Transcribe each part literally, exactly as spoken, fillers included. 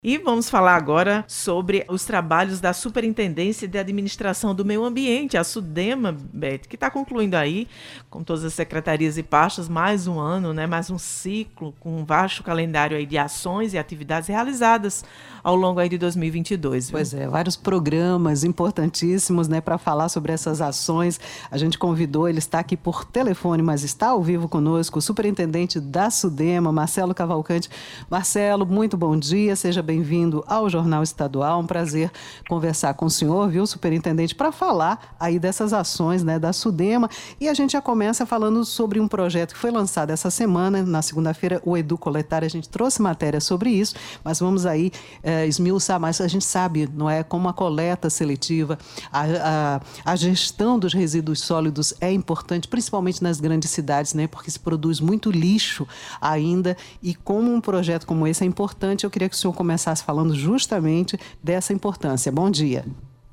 E vamos falar agora sobre os trabalhos da Superintendência de Administração do Meio Ambiente, a SUDEMA, Beth, que está concluindo aí, com todas as secretarias e pastas, mais um ano, né, mais um ciclo, com um vasto calendário aí de ações e atividades realizadas ao longo aí de dois mil e vinte e dois. Viu? Pois é, vários programas importantíssimos, né, para falar sobre essas ações. A gente convidou, ele está aqui por telefone, mas está ao vivo conosco, o superintendente da SUDEMA, Marcelo Cavalcante. Marcelo, muito bom dia, seja bem Bem-vindo ao Jornal Estadual, um prazer conversar com o senhor, viu, superintendente, para falar aí dessas ações, né, da SUDEMA. E a gente já começa falando sobre um projeto que foi lançado essa semana, na segunda-feira, o Edu Coletar, a gente trouxe matéria sobre isso, mas vamos aí é, esmiuçar mais. A gente sabe, não é, como a coleta seletiva, a, a, a gestão dos resíduos sólidos é importante, principalmente nas grandes cidades, né, porque se produz muito lixo ainda, e como um projeto como esse é importante, eu queria que o senhor começasse falando justamente dessa importância. Bom dia.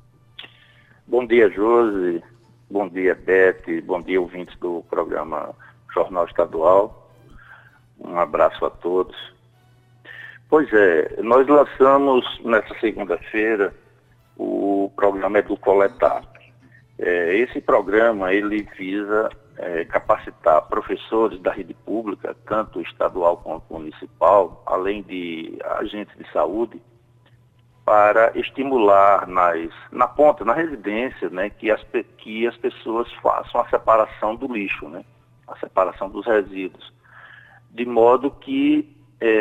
Bom dia, Josi. Bom dia, Beth. Bom dia, ouvintes do programa Jornal Estadual. Um abraço a todos. Pois é, nós lançamos nessa segunda-feira o programa Edu Coletar. É, esse programa, ele visa é, capacitar professores da rede pública, tanto estadual quanto municipal, além de agentes de saúde, para estimular nas, na ponta, na residência, né, que, as, que as pessoas façam a separação do lixo, né, a separação dos resíduos, de modo que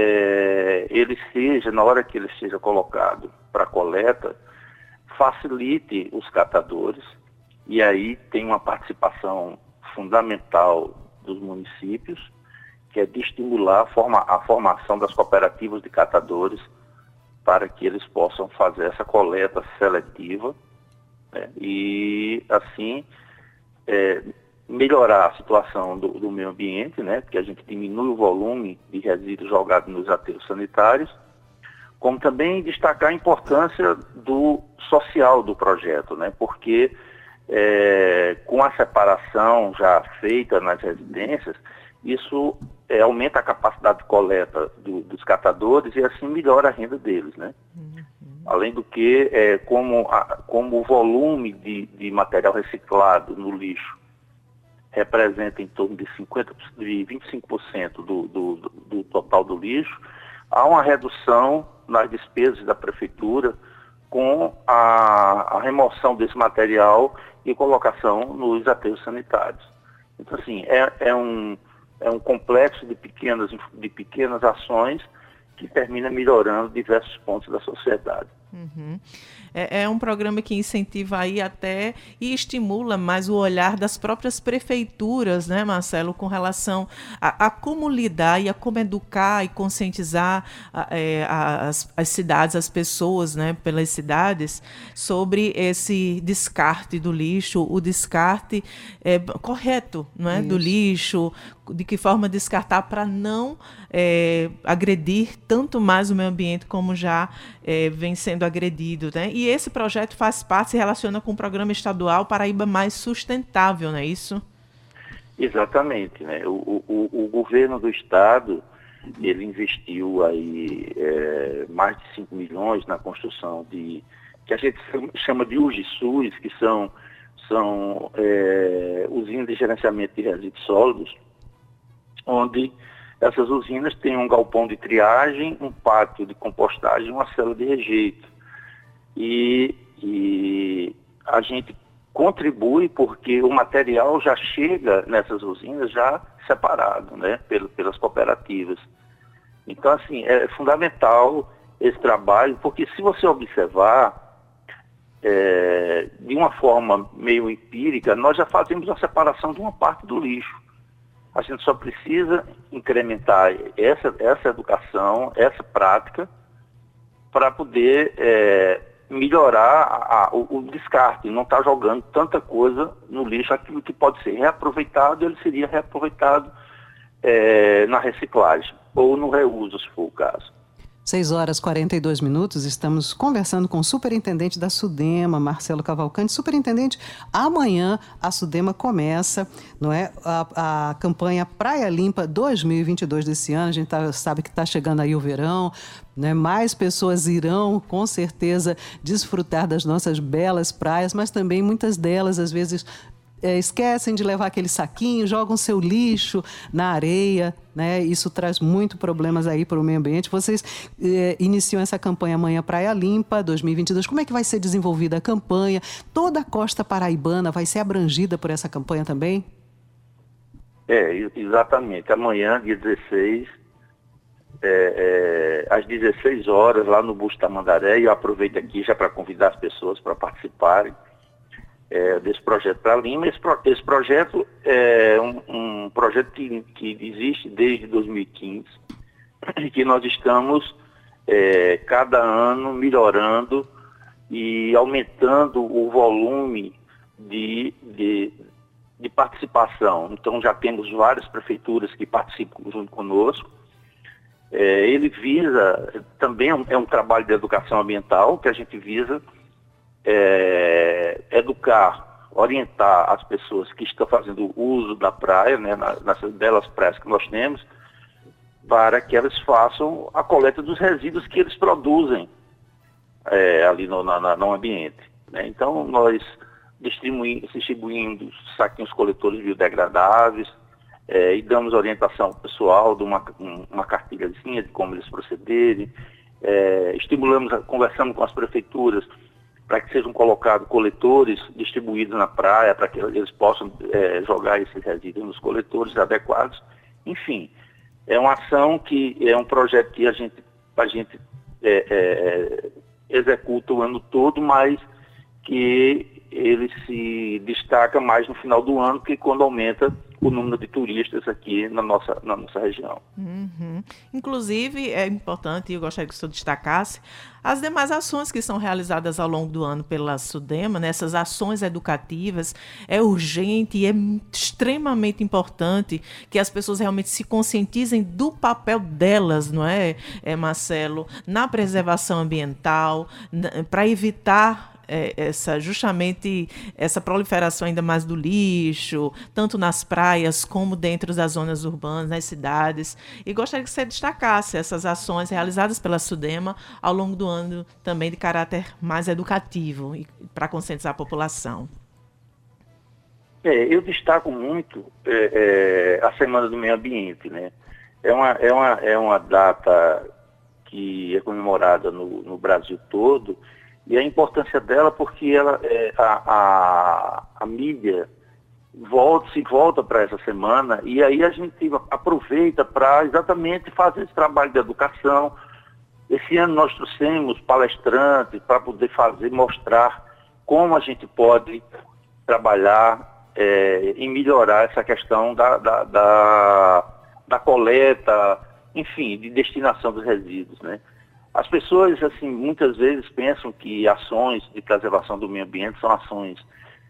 é, ele seja, na hora que ele seja colocado para coleta, facilite os catadores. E aí tem uma participação fundamental dos municípios, que é de estimular a, forma, a formação das cooperativas de catadores para que eles possam fazer essa coleta seletiva, né, e assim é, melhorar a situação do, do meio ambiente, né, porque a gente diminui o volume de resíduos jogados nos aterros sanitários, como também destacar a importância do social do projeto, né, porque É, com a separação já feita nas residências, isso é, aumenta a capacidade de coleta do, dos catadores e assim melhora a renda deles, né? Uhum. Além do que, é, como, a, como o volume de, de material reciclado no lixo representa em torno de, cinquenta, de vinte e cinco por cento do, do, do total do lixo, há uma redução nas despesas da prefeitura com a, a remoção desse material e colocação nos aterros sanitários. Então, assim, é, é, um, é um complexo de pequenas, de pequenas ações que termina melhorando diversos pontos da sociedade. Uhum. É, é um programa que incentiva aí até e estimula mais o olhar das próprias prefeituras, né, Marcelo, com relação a, a como lidar e a como educar e conscientizar a, é, as, as cidades, as pessoas, né, pelas cidades, sobre esse descarte do lixo, o descarte é, correto, não é, do lixo, de que forma descartar para não é, agredir tanto mais o meio ambiente como já é, vem sendo agredido, né? E esse projeto faz parte, se relaciona com o programa estadual Paraíba Mais Sustentável, não é isso? Exatamente, né? O, o, o governo do estado, ele investiu aí é, mais de cinco milhões na construção de, que a gente chama de U G SUS, que são, são é, usinas de gerenciamento de resíduos sólidos, onde essas usinas têm um galpão de triagem, um pátio de compostagem e uma célula de rejeito. E, e a gente contribui porque o material já chega nessas usinas já separado, né, pelas cooperativas. Então, assim, é fundamental esse trabalho, porque se você observar, é, de uma forma meio empírica, nós já fazemos a separação de uma parte do lixo. A gente só precisa incrementar essa, essa educação, essa prática, para poder é, melhorar a, a, o, o descarte, não estar tá jogando tanta coisa no lixo. Aquilo que pode ser reaproveitado, ele seria reaproveitado é, na reciclagem ou no reuso, se for o caso. seis horas e quarenta e dois minutos, estamos conversando com o superintendente da SUDEMA, Marcelo Cavalcante. Superintendente, amanhã a SUDEMA começa, não é, a, a campanha Praia Limpa dois mil e vinte e dois desse ano. A gente tá, sabe que está chegando aí o verão, né? Mais pessoas irão, com certeza, desfrutar das nossas belas praias, mas também muitas delas, às vezes, É, esquecem de levar aquele saquinho, jogam seu lixo na areia, né? Isso traz muito problemas aí para o meio ambiente. Vocês é, iniciam essa campanha amanhã Praia Limpa dois mil e vinte e dois. Como é que vai ser desenvolvida a campanha? Toda a costa paraibana vai ser abrangida por essa campanha também? É, exatamente. Amanhã, dia dezesseis, é, é, às dezesseis horas, lá no Busto Tamandaré, e eu aproveito aqui já para convidar as pessoas para participarem É, desse projeto para Lima. Esse, pro, esse projeto é um, um projeto que, que existe desde dois mil e quinze, e que nós estamos é, cada ano melhorando e aumentando o volume de, de, de participação. Então já temos várias prefeituras que participam junto conosco. É, ele visa, também é um, é um trabalho de educação ambiental que a gente visa É, educar, orientar as pessoas que estão fazendo uso da praia, né, nessas belas praias que nós temos, para que elas façam a coleta dos resíduos que eles produzem é, ali no, na, no ambiente, né? Então, nós distribuímos, distribuindo saquinhos coletores biodegradáveis é, e damos orientação pessoal de uma, uma cartilhazinha de como eles procederem, é, estimulamos, conversamos com as prefeituras para que sejam colocados coletores distribuídos na praia, para que eles possam é, jogar esses resíduos nos coletores adequados. Enfim, é uma ação que é um projeto que a gente, a gente é, é, executa o ano todo, mas que ele se destaca mais no final do ano, que quando aumenta o número de turistas aqui na nossa, na nossa região. Uhum. Inclusive, é importante, e eu gostaria que o senhor destacasse, as demais ações que são realizadas ao longo do ano pela SUDEMA, né, essas ações educativas. É urgente e é extremamente importante que as pessoas realmente se conscientizem do papel delas, não é, é Marcelo, na preservação ambiental, para evitar É, essa, justamente essa proliferação ainda mais do lixo, tanto nas praias como dentro das zonas urbanas, nas cidades. E gostaria que você destacasse essas ações realizadas pela SUDEMA ao longo do ano, também de caráter mais educativo, para conscientizar a população. É, eu destaco muito é, é, a Semana do Meio Ambiente, né? É uma, é uma, é uma data que é comemorada no, no Brasil todo. E a importância dela porque ela, é, a, a, a mídia volta, se volta para essa semana, e aí a gente aproveita para exatamente fazer esse trabalho de educação. Esse ano nós trouxemos palestrantes para poder fazer, mostrar como a gente pode trabalhar é, em melhorar essa questão da, da, da, da coleta, enfim, de destinação dos resíduos, né? As pessoas, assim, muitas vezes pensam que ações de preservação do meio ambiente são ações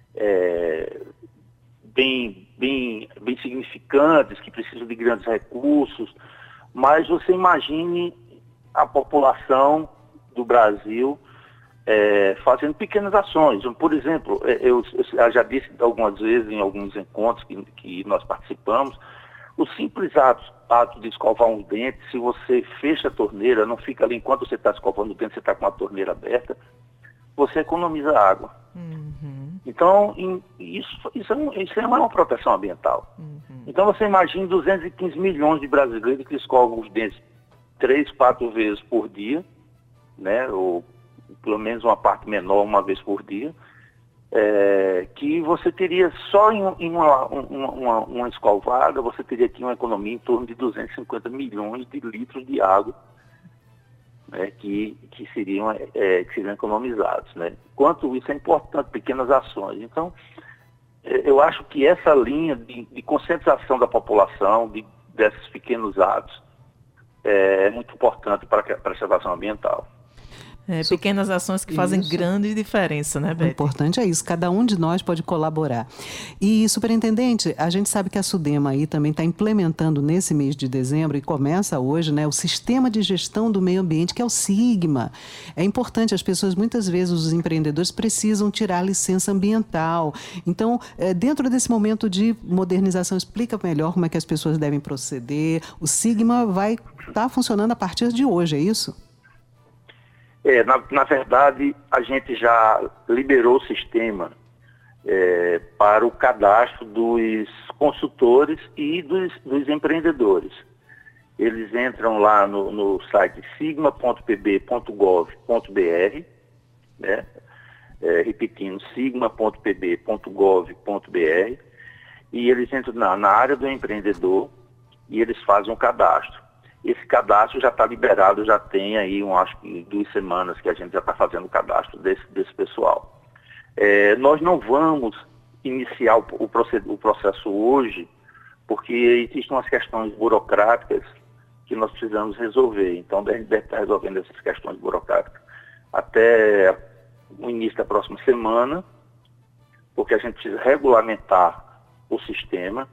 é, bem, bem, bem significantes, que precisam de grandes recursos, mas você imagine a população do Brasil é, fazendo pequenas ações. Por exemplo, eu, eu já disse algumas vezes em alguns encontros que, que nós participamos, o simples ato, ato de escovar um dente, se você fecha a torneira, não fica ali enquanto você está escovando o dente, você está com a torneira aberta, você economiza água. Uhum. Então, em, isso, isso, é um, isso é uma proteção ambiental. Uhum. Então, você imagina duzentos e quinze milhões de brasileiros que escovam os dentes três, quatro vezes por dia, né, ou pelo menos uma parte menor uma vez por dia, É, que você teria só em, em uma, uma, uma, uma escovada, você teria aqui uma economia em torno de duzentos e cinquenta milhões de litros de água, né, que, que, seriam, é, que seriam economizados, né? Quanto isso é importante, pequenas ações. Então, é, eu acho que essa linha de, de conscientização da população, de, desses pequenos atos, é, é muito importante para a preservação ambiental. É, pequenas ações que fazem Isso. grande diferença, né, Beth? O importante é isso, cada um de nós pode colaborar. E, superintendente, a gente sabe que a SUDEMA aí também está implementando nesse mês de dezembro, e começa hoje, né, o Sistema de Gestão do Meio Ambiente, que é o SIGMA. É importante, as pessoas, muitas vezes, os empreendedores precisam tirar a licença ambiental. Então, é, dentro desse momento de modernização, explica melhor como é que as pessoas devem proceder. O SIGMA vai estar funcionando a partir de hoje, é isso? É, na, na verdade, a gente já liberou o sistema é, para o cadastro dos consultores e dos, dos empreendedores. Eles entram lá no, no site sigma ponto p b ponto gov ponto b r, né? É, repetindo, sigma ponto p b ponto gov ponto b r, e eles entram na, na área do empreendedor e eles fazem um cadastro. Esse cadastro já está liberado, já tem aí, um, acho que duas semanas que a gente já está fazendo o cadastro desse, desse pessoal. É, nós não vamos iniciar o, o, proced, o processo hoje, porque existem umas questões burocráticas que nós precisamos resolver. Então, a gente deve estar resolvendo essas questões burocráticas até o início da próxima semana, porque a gente precisa regulamentar o sistema.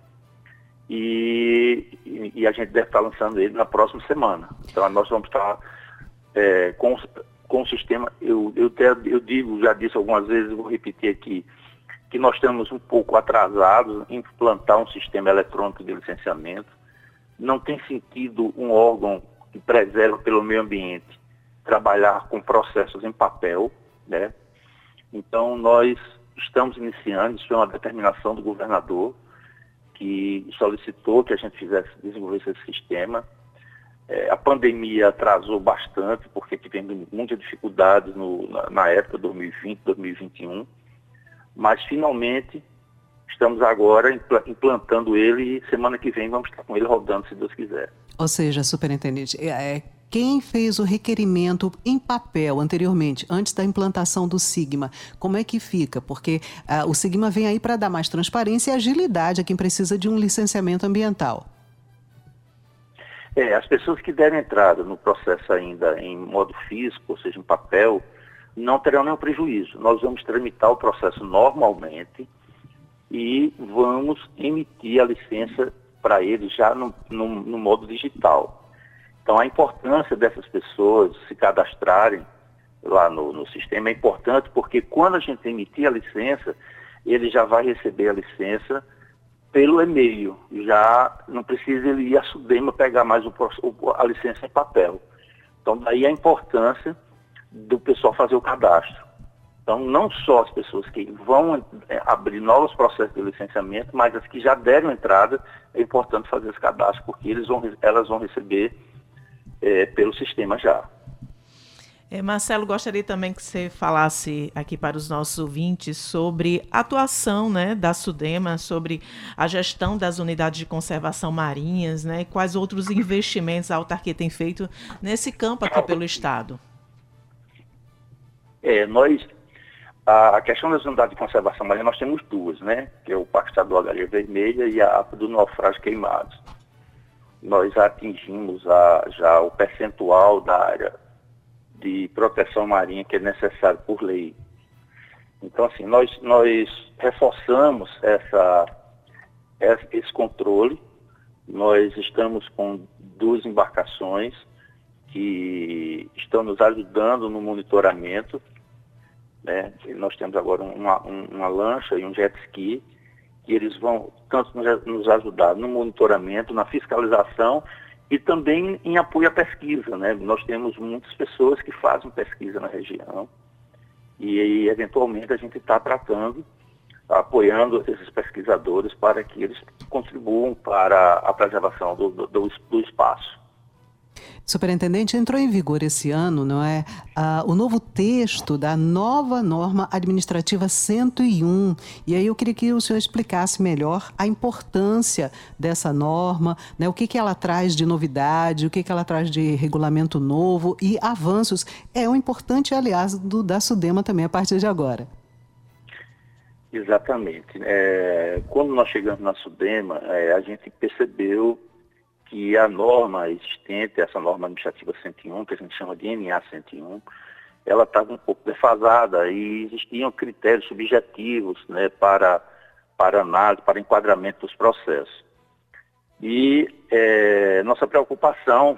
E, e, e a gente deve estar lançando ele na próxima semana. Então nós vamos estar é, com, com o sistema, eu, eu, te, eu digo, já disse algumas vezes, vou repetir aqui, que nós estamos um pouco atrasados em implantar um sistema eletrônico de licenciamento. Não tem sentido um órgão que preserva pelo meio ambiente trabalhar com processos em papel, né? Então nós estamos iniciando, isso é uma determinação do governador, que solicitou que a gente fizesse, desenvolvesse esse sistema. É, a pandemia atrasou bastante, porque tivemos muitas dificuldades no, na, na época, dois mil e vinte, dois mil e vinte e um, mas finalmente estamos agora implantando ele e semana que vem vamos estar com ele rodando, se Deus quiser. Ou seja, superintendente, é, quem fez o requerimento em papel anteriormente, antes da implantação do SIGMA, como é que fica? Porque uh, o SIGMA vem aí para dar mais transparência e agilidade a quem precisa de um licenciamento ambiental. É, as pessoas que deram entrada no processo ainda em modo físico, ou seja, em papel, não terão nenhum prejuízo. Nós vamos tramitar o processo normalmente e vamos emitir a licença para eles já no, no, no modo digital. Então, a importância dessas pessoas se cadastrarem lá no, no sistema é importante, porque quando a gente emitir a licença, ele já vai receber a licença pelo e-mail. Já não precisa ele ir à SUDEMA pegar mais o, o, a licença em papel. Então, daí a importância do pessoal fazer o cadastro. Então, não só as pessoas que vão é, abrir novos processos de licenciamento, mas as que já deram entrada, é importante fazer esse cadastro, porque eles vão, elas vão receber É, pelo sistema já. É, Marcelo, gostaria também que você falasse aqui para os nossos ouvintes sobre a atuação, né, da SUDEMA, sobre a gestão das unidades de conservação marinhas, né, e quais outros investimentos a autarquia tem feito nesse campo aqui pelo Estado. É, nós, a questão das unidades de conservação marinha, nós temos duas, né, que é o Parque Estadual da Ilha Vermelha e a APA do Naufrágio Queimados. Nós atingimos a, já o percentual da área de proteção marinha que é necessário por lei. Então, assim, nós, nós reforçamos essa, esse controle. Nós estamos com duas embarcações que estão nos ajudando no monitoramento, né? E nós temos agora uma, uma lancha e um jet ski, que eles vão tanto nos ajudar no monitoramento, na fiscalização e também em apoio à pesquisa, né? Nós temos muitas pessoas que fazem pesquisa na região e, e eventualmente, a gente está tratando, apoiando esses pesquisadores para que eles contribuam para a preservação do, do, do espaço. Superintendente, entrou em vigor esse ano, não é, ah, o novo texto da nova norma administrativa cento e um. E aí eu queria que o senhor explicasse melhor a importância dessa norma, né, o que, que ela traz de novidade, o que, que ela traz de regulamento novo e avanços. É um importante, aliás, do, da SUDEMA também, a partir de agora. Exatamente. É, quando nós chegamos na SUDEMA, é, a gente percebeu que a norma existente, essa norma administrativa cento e um, que a gente chama de N A cento e um, ela estava um pouco defasada e existiam critérios subjetivos, né, para, para análise, para enquadramento dos processos. E é, nossa preocupação,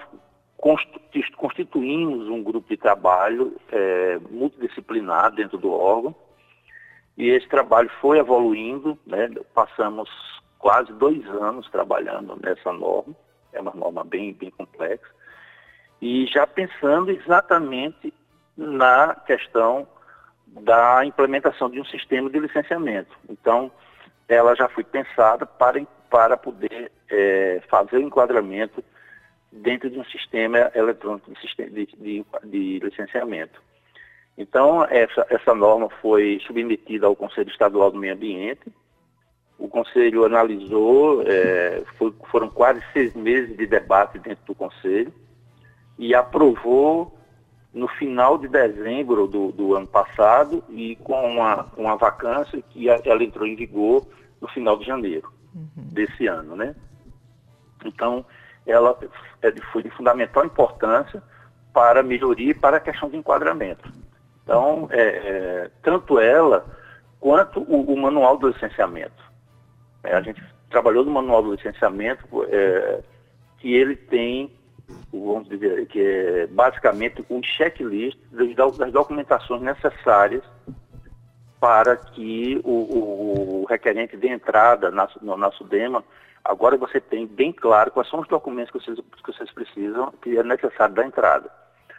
constituímos um grupo de trabalho é, multidisciplinar dentro do órgão, e esse trabalho foi evoluindo, né, passamos quase dois anos trabalhando nessa norma, é uma norma bem, bem complexa, e já pensando exatamente na questão da implementação de um sistema de licenciamento. Então, ela já foi pensada para, para poder é, fazer o enquadramento dentro de um sistema eletrônico de, de, de, de licenciamento. Então, essa, essa norma foi submetida ao Conselho Estadual do Meio Ambiente. O Conselho analisou, é, foi, foram quase seis meses de debate dentro do Conselho, e aprovou no final de dezembro do, do ano passado, e com uma, uma vacância que ela entrou em vigor no final de janeiro uhum. desse ano, né? Então, ela foi de fundamental importância para a melhoria e para a questão de enquadramento. Então, é, é, tanto ela quanto o, o manual do licenciamento. É, a gente trabalhou no manual do licenciamento, é, que ele tem, vamos dizer, que é basicamente um checklist das, das documentações necessárias para que o, o, o requerente dê entrada na, no, na SUDEMA. Agora você tem bem claro quais são os documentos que vocês, que vocês precisam, que é necessário dar entrada.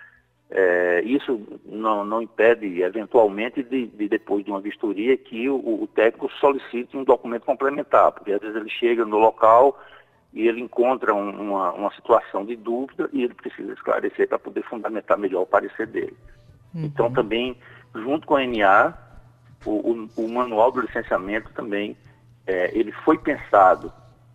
É, isso não, não impede, eventualmente, de, de depois de uma vistoria, que o, o técnico solicite um documento complementar, porque às vezes ele chega no local e ele encontra um, uma, uma situação de dúvida e ele precisa esclarecer para poder fundamentar melhor o parecer dele. Uhum. Então, também, junto com a N A, o, o, o manual do licenciamento também, é, ele foi pensado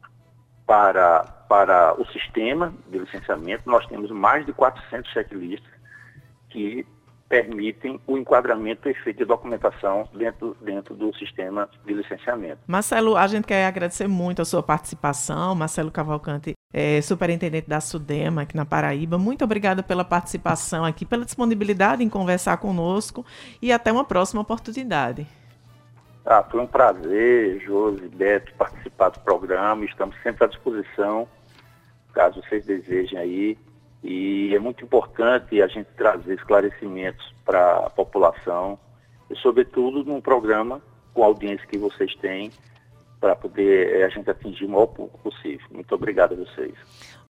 para, para o sistema de licenciamento. Nós temos mais de quatrocentos checklists que permitem o enquadramento perfeito de documentação dentro, dentro do sistema de licenciamento. Marcelo, a gente quer agradecer muito a sua participação. Marcelo Cavalcante, é, superintendente da SUDEMA aqui na Paraíba. Muito obrigada pela participação aqui, pela disponibilidade em conversar conosco, e até uma próxima oportunidade. Ah, foi um prazer, Josi, Beto, participar do programa. Estamos sempre à disposição, caso vocês desejem aí. E é muito importante a gente trazer esclarecimentos para a população, e sobretudo num programa com a audiência que vocês têm, para poder a gente atingir o maior público possível. Muito obrigado a vocês.